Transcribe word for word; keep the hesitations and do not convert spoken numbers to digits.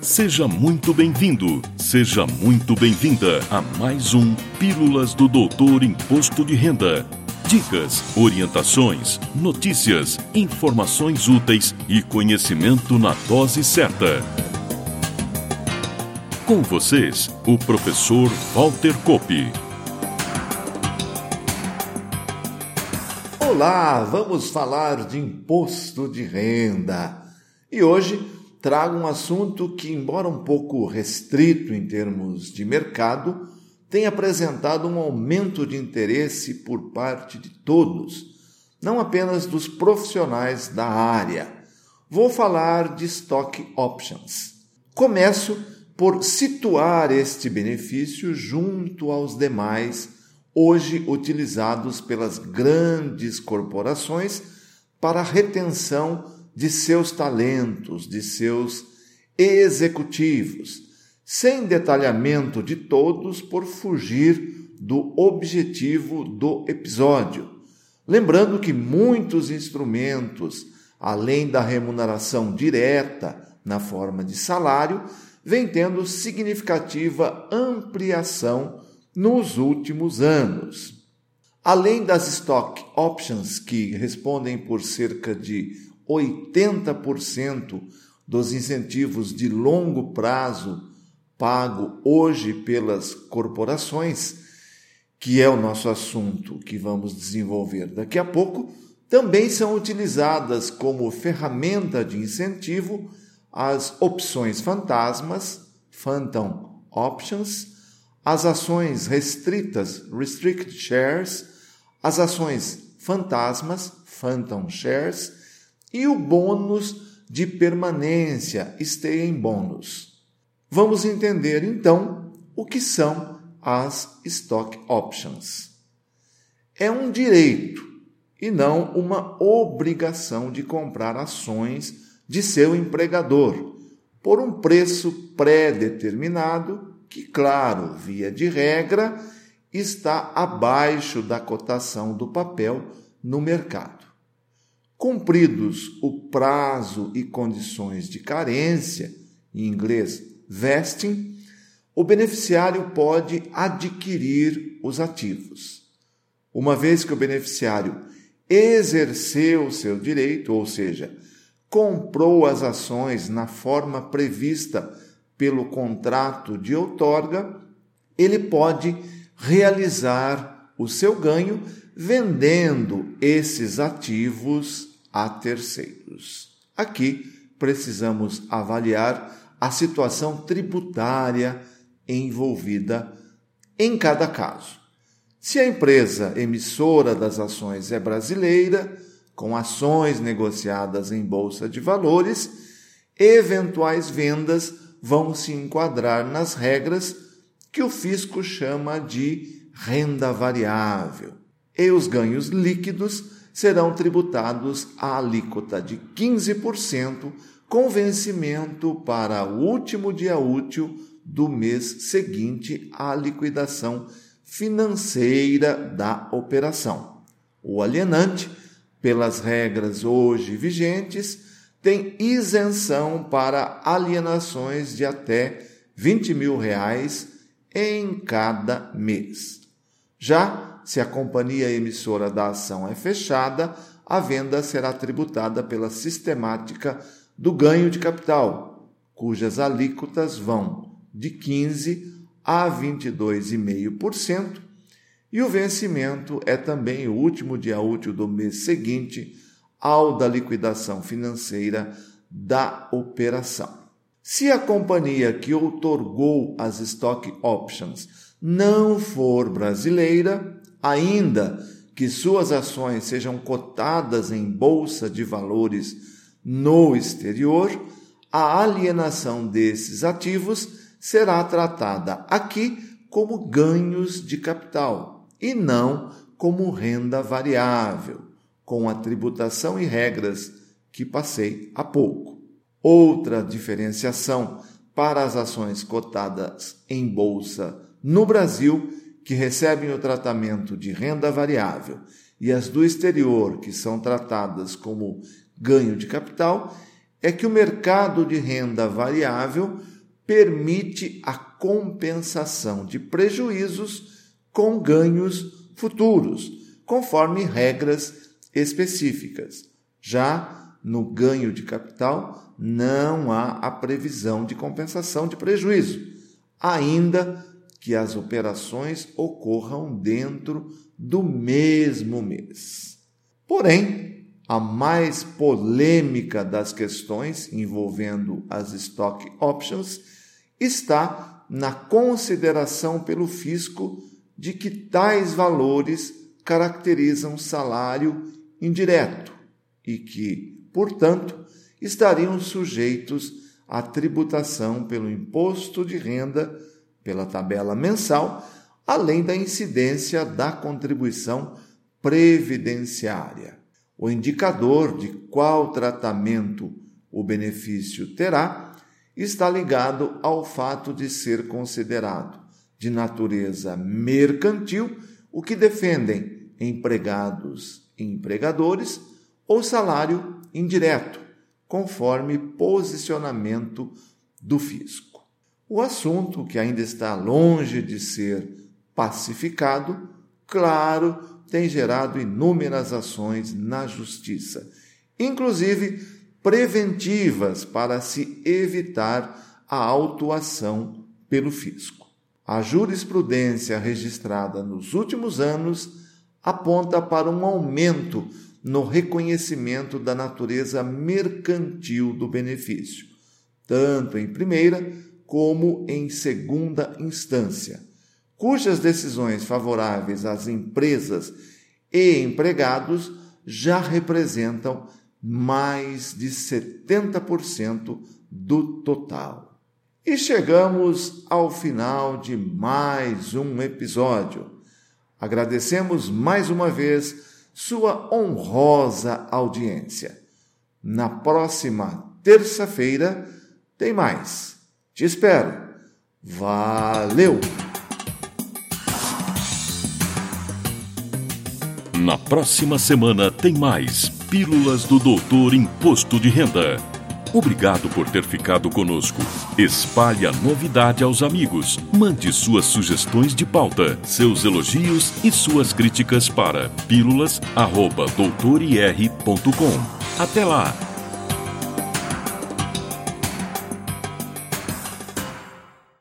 Seja muito bem-vindo, seja muito bem-vinda a mais um Pílulas do Doutor Imposto de Renda. Dicas, orientações, notícias, informações úteis e conhecimento na dose certa. Com vocês, o professor Walter Coppi. Olá, vamos falar de imposto de renda. E hoje trago um assunto que, embora um pouco restrito em termos de mercado, tem apresentado um aumento de interesse por parte de todos, não apenas dos profissionais da área. Vou falar de Stock Options. Começo por situar este benefício junto aos demais, hoje utilizados pelas grandes corporações para a retenção de seus talentos, de seus executivos, sem detalhamento de todos por fugir do objetivo do episódio. Lembrando que muitos instrumentos, além da remuneração direta na forma de salário, vêm tendo significativa ampliação nos últimos anos. Além das Stock Options, que respondem por cerca de oitenta por cento dos incentivos de longo prazo pago hoje pelas corporações, que é o nosso assunto que vamos desenvolver daqui a pouco, também são utilizadas como ferramenta de incentivo as opções fantasmas, Phantom Options, as ações restritas, Restricted Shares, as ações fantasmas, Phantom Shares, e o bônus de permanência, Stay in Bonus. Vamos entender, então, o que são as Stock Options. É um direito e não uma obrigação de comprar ações de seu empregador por um preço pré-determinado que, claro, via de regra, está abaixo da cotação do papel no mercado. Cumpridos o prazo e condições de carência, em inglês vesting, o beneficiário pode adquirir os ativos. Uma vez que o beneficiário exerceu seu direito, ou seja, comprou as ações na forma prevista pelo contrato de outorga, ele pode realizar o seu ganho vendendo esses ativos a terceiros. Aqui precisamos avaliar a situação tributária envolvida em cada caso. Se a empresa emissora das ações é brasileira, com ações negociadas em bolsa de valores, eventuais vendas vão se enquadrar nas regras que o fisco chama de renda variável. E os ganhos líquidos serão tributados à alíquota de quinze por cento com vencimento para o último dia útil do mês seguinte à liquidação financeira da operação. O alienante, pelas regras hoje vigentes, tem isenção para alienações de até vinte mil reais em cada mês. Já se a companhia emissora da ação é fechada, a venda será tributada pela sistemática do ganho de capital, cujas alíquotas vão de quinze por cento a vinte e dois vírgula cinco por cento, e o vencimento é também o último dia útil do mês seguinte ao da liquidação financeira da operação. Se a companhia que outorgou as Stock Options não for brasileira, ainda que suas ações sejam cotadas em bolsa de valores no exterior, a alienação desses ativos será tratada aqui como ganhos de capital e não como renda variável, com a tributação e regras que passei há pouco. Outra diferenciação para as ações cotadas em bolsa no Brasil, que recebem o tratamento de renda variável, e as do exterior, que são tratadas como ganho de capital, é que o mercado de renda variável permite a compensação de prejuízos com ganhos futuros, conforme regras específicas. Já no ganho de capital, não há a previsão de compensação de prejuízo, ainda que as operações ocorram dentro do mesmo mês. Porém, a mais polêmica das questões envolvendo as stock options está na consideração pelo fisco de que tais valores caracterizam salário indireto e que, portanto, estariam sujeitos à tributação pelo imposto de renda, pela tabela mensal, além da incidência da contribuição previdenciária. O indicador de qual tratamento o benefício terá está ligado ao fato de ser considerado de natureza mercantil, o que defendem empregados e empregadores, ou salário indireto, conforme posicionamento do fisco. O assunto, que ainda está longe de ser pacificado, claro, tem gerado inúmeras ações na Justiça, inclusive preventivas para se evitar a autuação pelo fisco. A jurisprudência registrada nos últimos anos aponta para um aumento no reconhecimento da natureza mercantil do benefício, tanto em primeira como em segunda instância, cujas decisões favoráveis às empresas e empregados já representam mais de setenta por cento do total. E chegamos ao final de mais um episódio. Agradecemos mais uma vez sua honrosa audiência. Na próxima terça-feira tem mais. Te espero. Valeu! Na próxima semana tem mais Pílulas do Doutor Imposto de Renda. Obrigado por ter ficado conosco. Espalhe a novidade aos amigos. Mande suas sugestões de pauta, seus elogios e suas críticas para pílulas arroba doutor i r ponto com. Até lá!